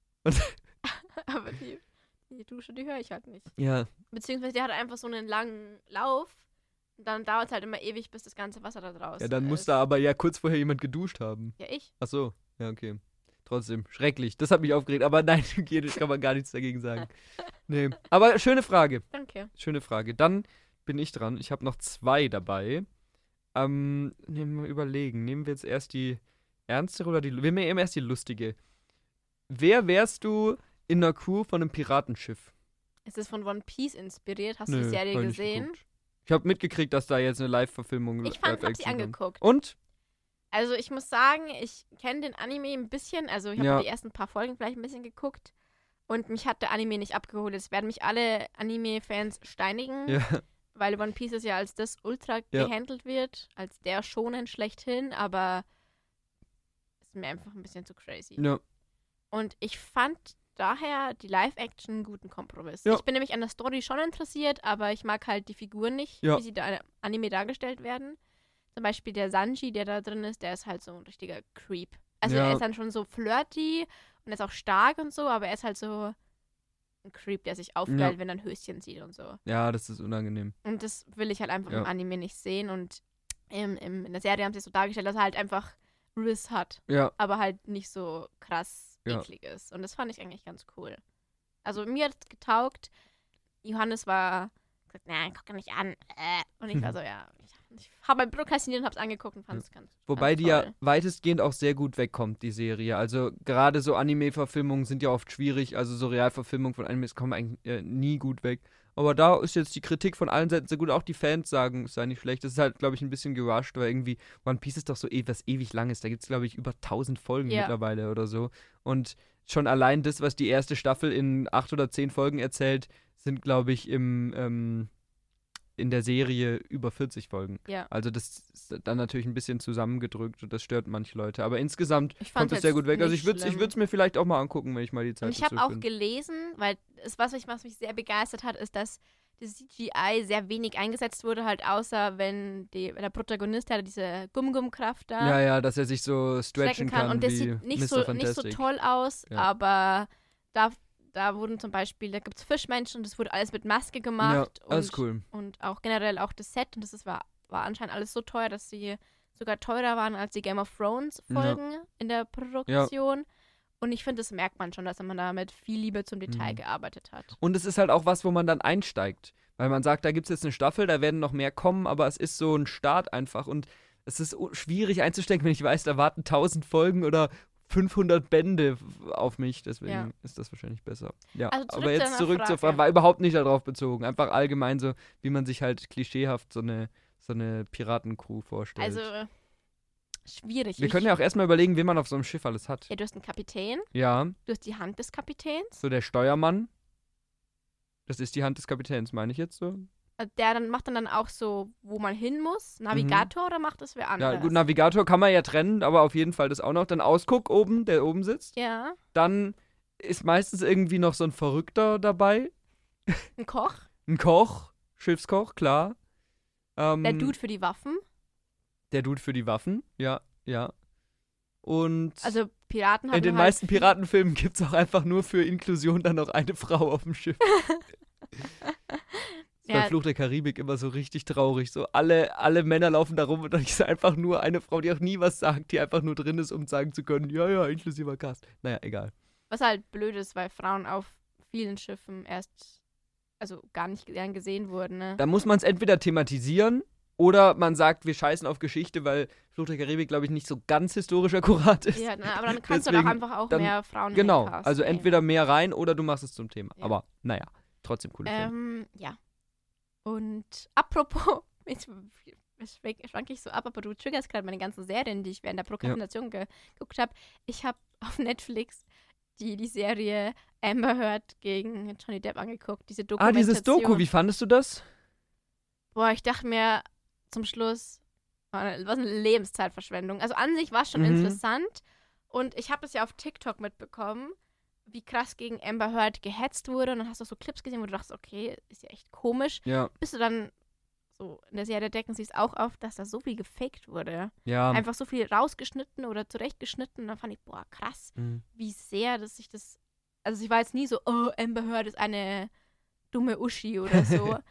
Aber die Dusche, die höre ich halt nicht. Ja. Beziehungsweise die hat einfach so einen langen Lauf. Und dann dauert es halt immer ewig, bis das ganze Wasser da draußen Ja, dann muss ist. da aber ja kurz vorher jemand geduscht haben. Ja, ich. Ach so, ja, okay. Trotzdem, schrecklich. Das hat mich aufgeregt. Aber nein, hygienisch kann man gar nichts dagegen sagen. Nee. Aber schöne Frage. Danke. Schöne Frage. Dann bin ich dran. Ich habe noch 2 dabei. Nehmen wir überlegen. Nehmen wir jetzt erst die ernstere oder wir nehmen eben erst die lustige. Wer wärst du in der Crew von einem Piratenschiff? Ist es von One Piece inspiriert? Hast du Nö, die Serie hab ich nicht gesehen? geguckt. Ich habe mitgekriegt, dass da jetzt eine Live-Verfilmung Ich hab sie Live-Action kommt. angeguckt. Und? Also ich muss sagen, ich kenne den Anime ein bisschen. Also ich habe Ja. die ersten paar Folgen vielleicht ein bisschen geguckt. Und mich hat der Anime nicht abgeholt. Es werden mich alle Anime-Fans steinigen. Ja. Weil One Piece ja als das Ultra gehandelt wird. Als der Shonen schlechthin. Aber ist mir einfach ein bisschen zu crazy. Ja. Und ich fand daher die Live-Action einen guten Kompromiss. Ja. Ich bin nämlich an der Story schon interessiert, aber ich mag halt die Figuren nicht, Ja. wie sie da im Anime dargestellt werden. Zum Beispiel der Sanji, der da drin ist, der ist halt so ein richtiger Creep. Also Ja. er ist dann schon so flirty und er ist auch stark und so, aber er ist halt so ein Creep, der sich aufgeilt, wenn er ein Höschen sieht und so. Ja, das ist unangenehm. Und das will ich halt einfach Ja. im Anime nicht sehen. Und in der Serie haben sie es so dargestellt, dass er halt einfach Riss hat, Ja. aber halt nicht so krass Ja. eklig ist. Und das fand ich eigentlich ganz cool. Also mir hat es getaugt. Johannes war gesagt, nein, guck ihn nicht an. Und ich war so, ja, ich habe mal prokrastiniert und habe es angeguckt und fand es ganz Wobei ganz die ja toll. weitestgehend auch sehr gut wegkommt, die Serie. Also gerade so Anime-Verfilmungen sind ja oft schwierig. Also so Realverfilmungen von Animes kommen eigentlich nie gut weg. Aber da ist jetzt die Kritik von allen Seiten sehr gut. Auch die Fans sagen, es sei nicht schlecht. Das ist halt, glaube ich, ein bisschen gerusht, weil irgendwie One Piece ist doch so was ewig lang ist. Da gibt es, glaube ich, über 1000 Folgen Ja. mittlerweile oder so. Und schon allein das, was die erste Staffel in 8 oder 10 Folgen erzählt, sind, glaube ich, in der Serie über 40 Folgen. Ja. Also das ist dann natürlich ein bisschen zusammengedrückt und das stört manche Leute. Aber insgesamt Ich kommt fand's es sehr jetzt gut weg. Also nicht ich würde schlimm. es mir vielleicht auch mal angucken, wenn ich mal die Zeit Und ich dazu habe auch finde. gelesen, weil was mich sehr begeistert hat, ist, dass das CGI sehr wenig eingesetzt wurde, halt außer wenn der Protagonist hat diese Gum-Gum-Kraft da. Ja, ja, dass er sich so strecken stretchen kann. kann Und das wie sieht nicht Mr. so Fantastic. toll aus, Ja. aber da wurden zum Beispiel, da gibt es Fischmenschen und das wurde alles mit Maske gemacht. Ja, alles und, cool. Und auch generell auch das Set und war anscheinend alles so teuer, dass sie sogar teurer waren als die Game of Thrones Folgen in der Produktion. Und ich finde, das merkt man schon, dass man da mit viel Liebe zum Detail gearbeitet hat. Und es ist halt auch was, wo man dann einsteigt. Weil man sagt, da gibt es jetzt eine Staffel, da werden noch mehr kommen, aber es ist so ein Start einfach. Und es ist schwierig einzusteigen, wenn ich weiß, da warten 1000 Folgen oder 500 Bände auf mich. Deswegen ist das wahrscheinlich besser. Ja, Also zurück aber zu jetzt deiner zurück zur Frage. Frage. War überhaupt nicht darauf bezogen. Einfach allgemein so, wie man sich halt klischeehaft so eine Piratencrew vorstellt. Also Schwierig. Wir können ja auch erstmal überlegen, wen man auf so einem Schiff alles hat. Ja, du hast einen Kapitän, Ja, du hast die Hand des Kapitäns. so der Steuermann. Das ist die Hand des Kapitäns, meine ich jetzt so? Der macht dann auch so, wo man hin muss. Navigator oder macht das wer Ja, anderes? gut, Navigator kann man ja trennen, aber auf jeden Fall das auch noch. Dann Ausguck oben, der oben sitzt. Ja, Dann ist meistens irgendwie noch so ein Verrückter dabei. ein Koch. Ein Koch, Schiffskoch, klar. Der Dude für die Waffen. Der Dude für die Waffen, ja, ja. Und Also Piraten haben in den halt meisten Piratenfilmen gibt es auch einfach nur für Inklusion dann noch eine Frau auf dem Schiff. Das ist bei Ja. Fluch der Karibik immer so richtig traurig. So alle Männer laufen da rum und dann ist einfach nur eine Frau, die auch nie was sagt, die einfach nur drin ist, um sagen zu können, ja, ja, inklusiver Cast. Naja, egal. Was halt blöd ist, weil Frauen auf vielen Schiffen also gar nicht gern gesehen wurden, ne? Da muss man es entweder thematisieren oder man sagt, wir scheißen auf Geschichte, weil Fluch der Karibik, glaube ich, nicht so ganz historisch akkurat ist. Ja, aber dann kannst du halt auch Deswegen, einfach auch dann- mehr Frauen Genau, reincasten, also ey. entweder mehr rein oder du machst es zum Thema. Ja. Aber naja, trotzdem coole Film. Ja. Und apropos, jetzt schwank ich so ab, aber du triggerst gerade meine ganzen Serien, die ich während der Prokrastination geguckt habe. Ich habe auf Netflix die Serie Amber Heard gegen Johnny Depp angeguckt, diese Dokumentation. Dieses Doku, wie fandest du das? Boah, ich dachte mir zum Schluss, was eine Lebenszeitverschwendung. Also an sich war es schon Mhm. interessant und ich habe es ja auf TikTok mitbekommen, wie krass gegen Amber Heard gehetzt wurde und dann hast du so Clips gesehen, wo du dachtest, okay, ist ja echt komisch. Ja, Bis du dann so in der Serie decken sie es auch auf, dass da so viel gefaked wurde. ja. Einfach so viel rausgeschnitten oder zurechtgeschnitten und dann fand ich, boah, krass, Mhm. wie sehr, dass sich das, also ich war jetzt nie so, oh, Amber Heard ist eine dumme Uschi oder so.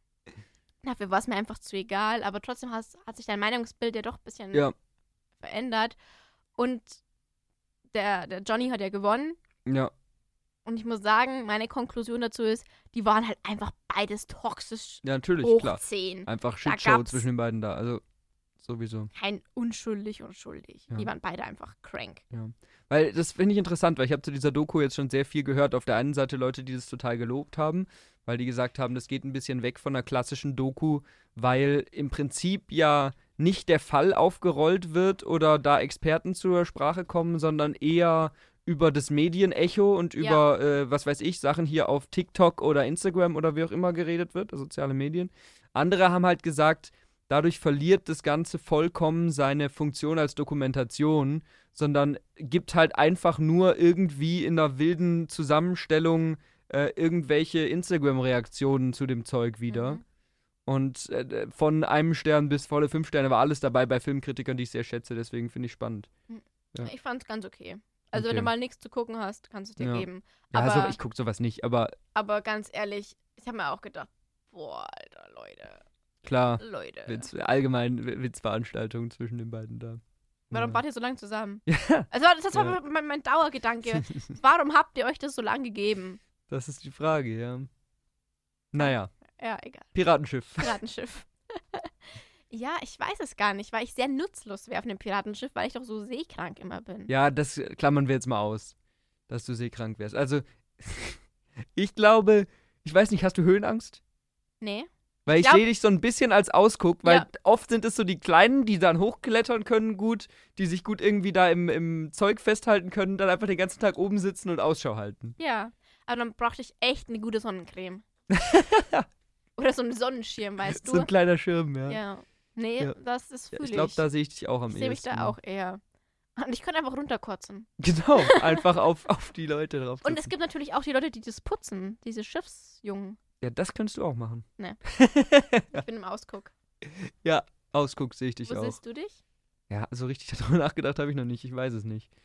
Dafür war es mir einfach zu egal, aber trotzdem hat sich dein Meinungsbild ja doch ein bisschen Ja, verändert. Und der Johnny hat ja gewonnen. ja. Und ich muss sagen, meine Konklusion dazu ist, die waren halt einfach beides toxisch Ja, natürlich, hoch klar. 10. Einfach Da Shitshow gab's- zwischen den beiden da. Also, sowieso. Kein unschuldig und schuldig. Ja. Die waren beide einfach crank. Weil das finde ich interessant, weil ich habe zu dieser Doku jetzt schon sehr viel gehört. Auf der einen Seite Leute, die das total gelobt haben, weil die gesagt haben, das geht ein bisschen weg von einer klassischen Doku, weil im Prinzip ja nicht der Fall aufgerollt wird oder da Experten zur Sprache kommen, sondern eher über das Medienecho und über, was weiß ich, Sachen hier auf TikTok oder Instagram oder wie auch immer geredet wird, also soziale Medien. Andere haben halt gesagt, dadurch verliert das Ganze vollkommen seine Funktion als Dokumentation, sondern gibt halt einfach nur irgendwie in einer wilden Zusammenstellung irgendwelche Instagram-Reaktionen zu dem Zeug wieder. Mhm. Und von einem Stern bis volle 5 Sterne war alles dabei bei Filmkritikern, die ich sehr schätze, deswegen finde ich spannend. Ja. Ich fand es ganz okay. Also wenn Okay. du mal nichts zu gucken hast, kannst du es dir Ja. geben. Ja, Aber, also ich gucke sowas nicht, aber aber ganz ehrlich, ich habe mir auch gedacht, boah, Alter, klar, Leute. allgemein Witzveranstaltungen zwischen den beiden da. Warum Ja. wart ihr so lange zusammen? Ja, Also das war Ja. mein Dauergedanke. Warum habt ihr euch das so lange gegeben? das ist die Frage, ja. Naja, Ja, egal. Piratenschiff. Piratenschiff. Ja, ich weiß es gar nicht, weil ich sehr nutzlos wäre auf einem Piratenschiff, weil ich doch so seekrank immer bin. Ja, das klammern wir jetzt mal aus, dass du seekrank wärst. Also, ich glaube, ich weiß nicht, hast du Höhenangst? Nee. Weil ich glaub- sehe dich so ein bisschen als Ausguck, weil Ja. oft sind es so die Kleinen, die dann hochklettern können gut, die sich gut irgendwie da im Zeug festhalten können, dann einfach den ganzen Tag oben sitzen und Ausschau halten. Ja. Aber dann brauchte ich echt eine gute Sonnencreme. Oder so einen Sonnenschirm, weißt So ein du? kleiner Schirm, ja. Ja. Nee, Ja. das ist Ja, fühle ich glaube, da sehe ich dich auch am Ich sehe mich ehesten. da auch eher. Und ich könnte einfach runterkotzen. Genau, einfach auf die Leute drauf Und es sitzen. gibt natürlich auch die Leute, die das putzen. Diese Schiffsjungen. Ja, das könntest du auch machen. Ich bin im Ausguck. Ausguck sehe ich dich Wo auch. siehst du dich? Ja, so richtig darüber nachgedacht habe ich noch nicht. Ich weiß es nicht.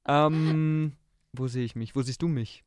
Wo sehe ich mich? Wo siehst du mich?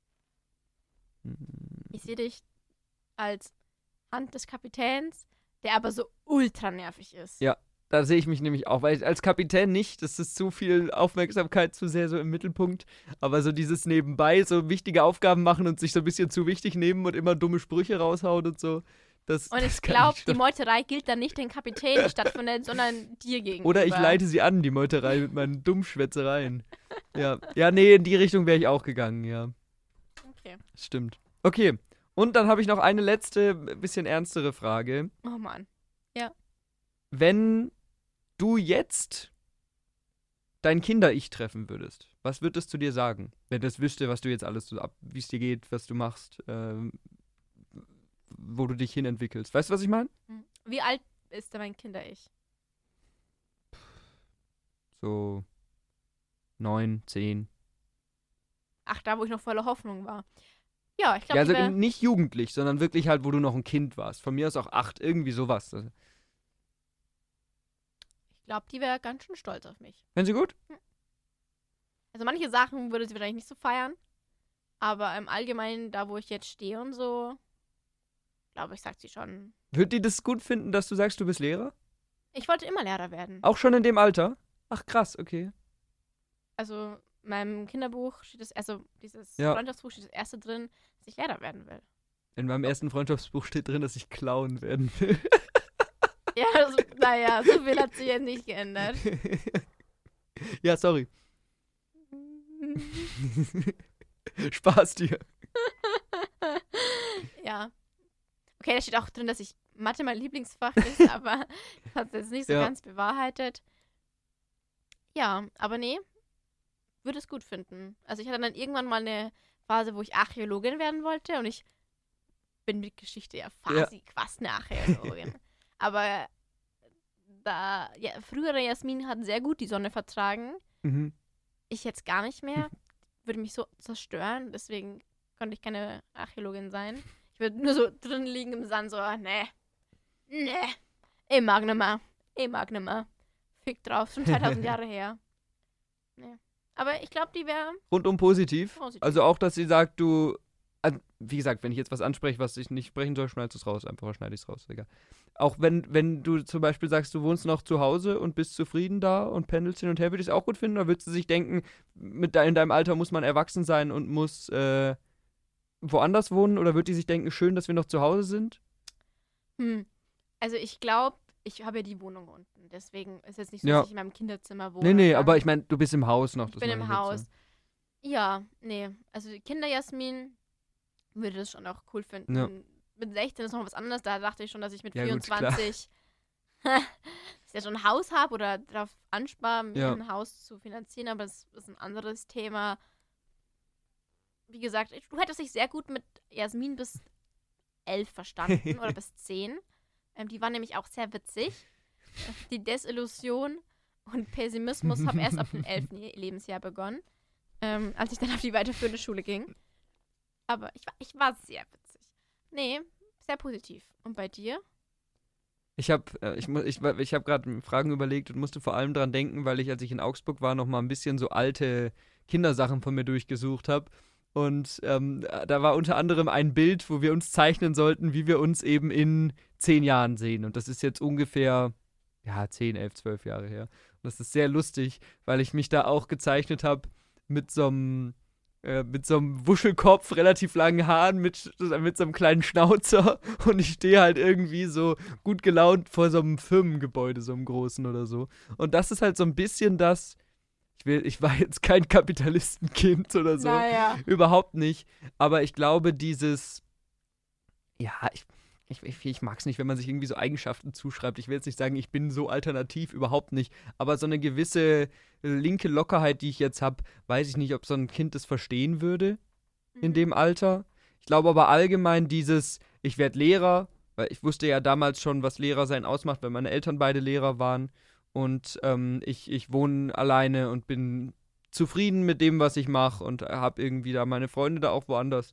Ich sehe dich als Hand des Kapitäns, der aber so ultra nervig ist. Ja. Da sehe ich mich nämlich auch, weil als Kapitän nicht, das ist zu viel Aufmerksamkeit, zu sehr so im Mittelpunkt. Aber so dieses nebenbei, so wichtige Aufgaben machen und sich so ein bisschen zu wichtig nehmen und immer dumme Sprüche raushauen und so. Das, Und das ich kann glaube, die schon. Meuterei gilt dann nicht den Kapitän, die stattfindet, sondern dir gegenüber. Oder ich leite sie an, die Meuterei, mit meinen Dummschwätzereien. Ja, nee, in die Richtung wäre ich auch gegangen, ja. Okay. Stimmt. Okay, und dann habe ich noch eine letzte, bisschen ernstere Frage. Oh Mann. Wenn du jetzt dein Kinder-Ich treffen würdest, was wird es zu dir sagen? Wenn das wüsste, was du jetzt alles so wie es dir geht, was du machst, wo du dich hinentwickelst. Weißt du, was ich meine? Wie alt ist denn mein Kinder-Ich? So 9, 10. Ach, da, wo ich noch voller Hoffnung war. Ja, ich Ja, glaube, also nicht jugendlich, sondern wirklich halt, wo du noch ein Kind warst. Von mir aus auch 8, irgendwie sowas. die wäre ganz schön stolz auf mich. Finden Sie gut? Also manche Sachen würde sie wahrscheinlich nicht so feiern. Aber im Allgemeinen, da wo ich jetzt stehe und so, glaube ich, sagt sie schon. Wird die das gut finden, dass du sagst, du bist Lehrer? Ich wollte immer Lehrer werden. Auch schon in dem Alter? Ach krass, okay. Also in meinem Kinderbuch steht dieses Ja. Freundschaftsbuch steht das erste drin, dass ich Lehrer werden will. In meinem ersten Freundschaftsbuch steht drin, dass ich klauen werden will. Ja, naja, so viel hat sich jetzt nicht geändert. Ja, sorry. Spaß dir. Ja. Okay, da steht auch drin, dass Mathe mein Lieblingsfach ist, aber das hat sich jetzt nicht so Ja. ganz bewahrheitet. Ja, aber nee, würde es gut finden. Also ich hatte dann irgendwann mal eine Phase, wo ich Archäologin werden wollte und ich bin mit Geschichte ja fast eine Archäologin. Aber frühere Jasmin hat sehr gut die Sonne vertragen. Mhm. Ich jetzt gar nicht mehr. Würde mich so zerstören, deswegen konnte ich keine Archäologin sein. Ich würde nur so drin liegen im Sand, so, nee, ich mag nimmer. Fick drauf, schon 2000 Jahre her. Nee. Aber ich glaube, die wäre Rundum positiv. positiv. Also auch, dass sie sagt, wie gesagt, wenn ich jetzt was anspreche, was ich nicht sprechen soll, schneidest du es raus. Einfach schneide ich es raus, egal. Auch wenn du zum Beispiel sagst, du wohnst noch zu Hause und bist zufrieden da und pendelst hin und her, würde ich es auch gut finden? Oder würdest du sich denken, in deinem Alter muss man erwachsen sein und muss woanders wohnen? Oder würde die sich denken, schön, dass wir noch zu Hause sind? Also ich glaube, ich habe ja die Wohnung unten. Deswegen ist es nicht so, Ja. dass ich in meinem Kinderzimmer wohne. Nee, oder? aber ich meine, du bist im Haus noch. Ich das bin meine im jetzt, Haus. Ja, nee. Also die Kinder-Jasmin würde das schon auch cool finden. Ja. Mit 16 ist noch was anderes. Da dachte ich schon, dass ich mit Ja, gut, 24 dass ich ja schon ein Haus habe oder darauf anspare, mir Ja. ein Haus zu finanzieren. Aber das ist ein anderes Thema. Wie gesagt, du hättest dich sehr gut mit Jasmin bis 11 verstanden oder bis 10. Die war nämlich auch sehr witzig. Die Desillusion und Pessimismus haben erst ab dem 11. Lebensjahr begonnen, als ich dann auf die weiterführende Schule ging. Aber ich war sehr witzig. Nee, sehr positiv. Und bei dir? Ich habe gerade Fragen überlegt und musste vor allem dran denken, weil ich, als ich in Augsburg war, noch mal ein bisschen so alte Kindersachen von mir durchgesucht habe. Und da war unter anderem ein Bild, wo wir uns zeichnen sollten, wie wir uns eben in 10 Jahren sehen. Und das ist jetzt ungefähr, 10, 11, 12 Jahre her. Und das ist sehr lustig, weil ich mich da auch gezeichnet habe mit so einem Wuschelkopf, relativ langen Haaren, mit so einem kleinen Schnauzer. Und ich stehe halt irgendwie so gut gelaunt vor so einem Firmengebäude, so einem großen oder so. Und das ist halt so ein bisschen das. Ich war jetzt kein Kapitalistenkind oder so. Naja. Überhaupt nicht. Aber ich glaube, dieses. Ja, ich mag es nicht, wenn man sich irgendwie so Eigenschaften zuschreibt. Ich will jetzt nicht sagen, ich bin so alternativ, überhaupt nicht. Aber so eine gewisse linke Lockerheit, die ich jetzt habe, weiß ich nicht, ob so ein Kind das verstehen würde in dem Alter. Ich glaube aber allgemein dieses, ich werde Lehrer, weil ich wusste ja damals schon, was Lehrer sein ausmacht, weil meine Eltern beide Lehrer waren. Und ich wohne alleine und bin zufrieden mit dem, was ich mache und habe irgendwie da meine Freunde da auch woanders.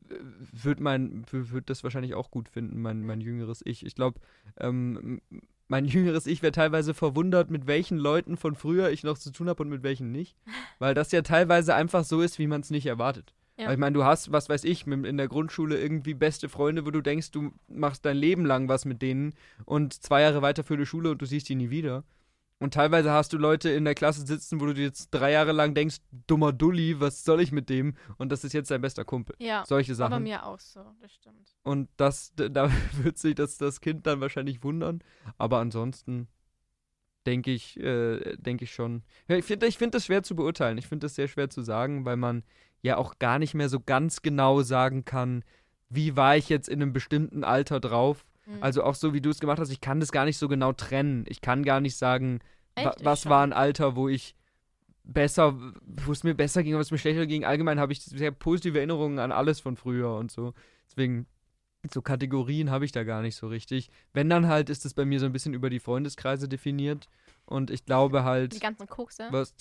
Wird das wahrscheinlich auch gut finden, mein jüngeres Ich. Ich glaube, mein jüngeres Ich wäre teilweise verwundert, mit welchen Leuten von früher ich noch zu tun habe und mit welchen nicht. Weil das ja teilweise einfach so ist, wie man es nicht erwartet. Ja. Weil ich meine, du hast, was weiß ich, in der Grundschule irgendwie beste Freunde, wo du denkst, du machst dein Leben lang was mit denen und 2 Jahre weiterführende Schule und du siehst die nie wieder. Und teilweise hast du Leute in der Klasse sitzen, wo du dir jetzt 3 Jahre lang denkst, dummer Dulli, was soll ich mit dem? Und das ist jetzt dein bester Kumpel. Ja, Solche war bei Sachen. mir auch so, das stimmt. Und da wird sich das Kind dann wahrscheinlich wundern. Aber ansonsten denke ich schon. Ja, ich finde das schwer zu beurteilen. Ich finde das sehr schwer zu sagen, weil man ja auch gar nicht mehr so ganz genau sagen kann, wie war ich jetzt in einem bestimmten Alter drauf. Also auch so, wie du es gemacht hast, ich kann das gar nicht so genau trennen. Ich kann gar nicht sagen, Echt? was Ich war schon. ein Alter, wo ich besser, wo es mir besser ging, wo es mir schlechter ging. Allgemein habe ich sehr positive Erinnerungen an alles von früher und so. Deswegen, so Kategorien habe ich da gar nicht so richtig. Wenn dann halt, ist es bei mir so ein bisschen über die Freundeskreise definiert. Und ich glaube halt, Die ganzen Kokse. was,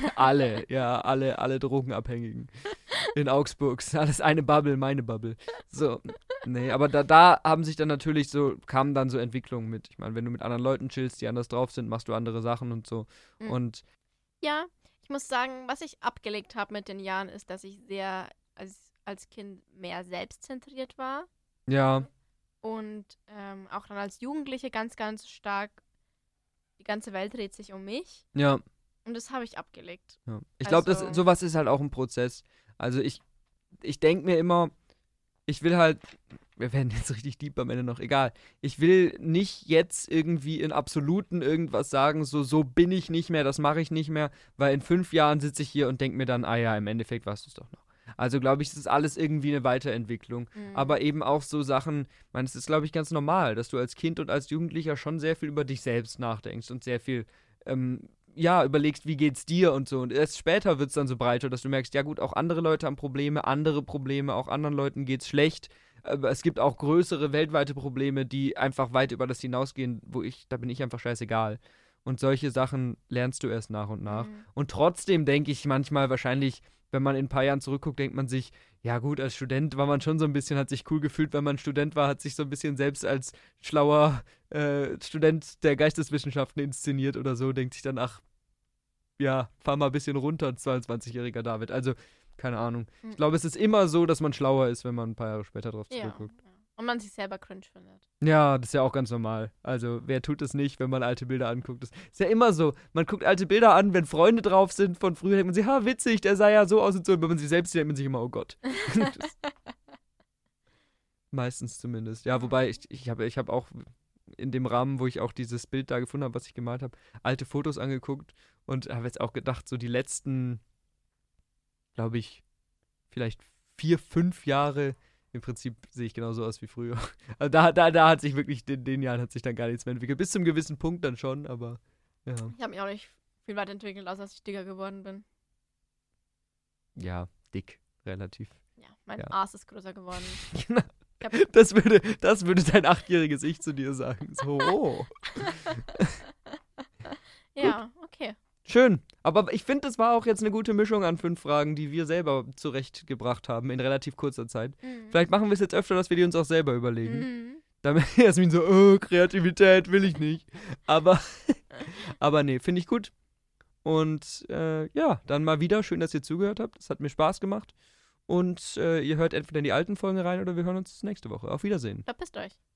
alle Drogenabhängigen in Augsburg. Ist alles eine Bubble, meine Bubble. So, nee, aber da haben sich dann natürlich so, kamen dann so Entwicklungen mit. Ich meine, wenn du mit anderen Leuten chillst, die anders drauf sind, machst du andere Sachen und so. Mhm. Und Ja, ich muss sagen, was ich abgelegt habe mit den Jahren, ist, dass ich sehr als Kind mehr selbstzentriert war. ja, Und auch dann als Jugendliche ganz, ganz stark, die ganze Welt dreht sich um mich. ja. Und das habe ich abgelegt. Ja. Ich glaube, Also- sowas ist halt auch ein Prozess. Also ich denke mir immer, ich will halt, wir werden jetzt richtig deep am Ende noch, egal. Ich will nicht jetzt irgendwie in Absoluten irgendwas sagen, so bin ich nicht mehr, das mache ich nicht mehr, weil in 5 Jahren sitze ich hier und denke mir dann, ah ja, im Endeffekt warst du es doch noch. Also glaube ich, es ist alles irgendwie eine Weiterentwicklung. Mhm. Aber eben auch so Sachen, ich meine, es ist, glaube ich, ganz normal, dass du als Kind und als Jugendlicher schon sehr viel über dich selbst nachdenkst und sehr viel, überlegst, wie geht's dir und so. Und erst später wird es dann so breiter, dass du merkst, ja gut, auch andere Leute haben andere Probleme, auch anderen Leuten geht's schlecht. Aber es gibt auch größere weltweite Probleme, die einfach weit über das hinausgehen, da bin ich einfach scheißegal. Und solche Sachen lernst du erst nach und nach. Mhm. Und trotzdem denke ich manchmal wahrscheinlich, wenn man in ein paar Jahren zurückguckt, denkt man sich, ja gut, als Student war man schon so ein bisschen, hat sich cool gefühlt, wenn man Student war, hat sich so ein bisschen selbst als schlauer Student der Geisteswissenschaften inszeniert oder so, denkt sich dann, ach, ja, fahr mal ein bisschen runter, 22-jähriger David. Also, keine Ahnung. Mhm. Ich glaube, es ist immer so, dass man schlauer ist, wenn man ein paar Jahre später drauf Ja. zurückguckt. Und man sich selber cringe findet. Ja, das ist ja auch ganz normal. Also, wer tut es nicht, wenn man alte Bilder anguckt? Das ist ja immer so. Man guckt alte Bilder an, wenn Freunde drauf sind von früher, denkt man sich, ha, witzig, der sah ja so aus und so. Und wenn man sich selbst sieht, denkt man sich immer, oh Gott. Meistens zumindest. Ja, wobei, ich hab auch in dem Rahmen, wo ich auch dieses Bild da gefunden habe, was ich gemalt habe, alte Fotos angeguckt und habe jetzt auch gedacht, so die letzten, glaube ich, vielleicht 4, 5 Jahre, im Prinzip sehe ich genauso aus wie früher. Also da hat sich wirklich, in den Jahren hat sich dann gar nichts mehr entwickelt. Bis zum gewissen Punkt dann schon, aber ja. Ich habe mich auch nicht viel weiterentwickelt, außer dass ich dicker geworden bin. Ja, dick, relativ. Ja, mein Ja. Arsch ist größer geworden. Genau. Ich hab- Das würde dein 8-jähriges Ich zu dir sagen. So, oh. Ja, okay. Schön. Aber ich finde, das war auch jetzt eine gute Mischung an 5 Fragen, die wir selber zurechtgebracht haben in relativ kurzer Zeit. Mhm. Vielleicht machen wir es jetzt öfter, dass wir die uns auch selber überlegen. Mhm. Damit Jasmin so, oh, Kreativität will ich nicht. Aber nee, finde ich gut. Und ja, dann mal wieder. Schön, dass ihr zugehört habt. Es hat mir Spaß gemacht. Und ihr hört entweder in die alten Folgen rein oder wir hören uns nächste Woche. Auf Wiedersehen. Verpisst euch.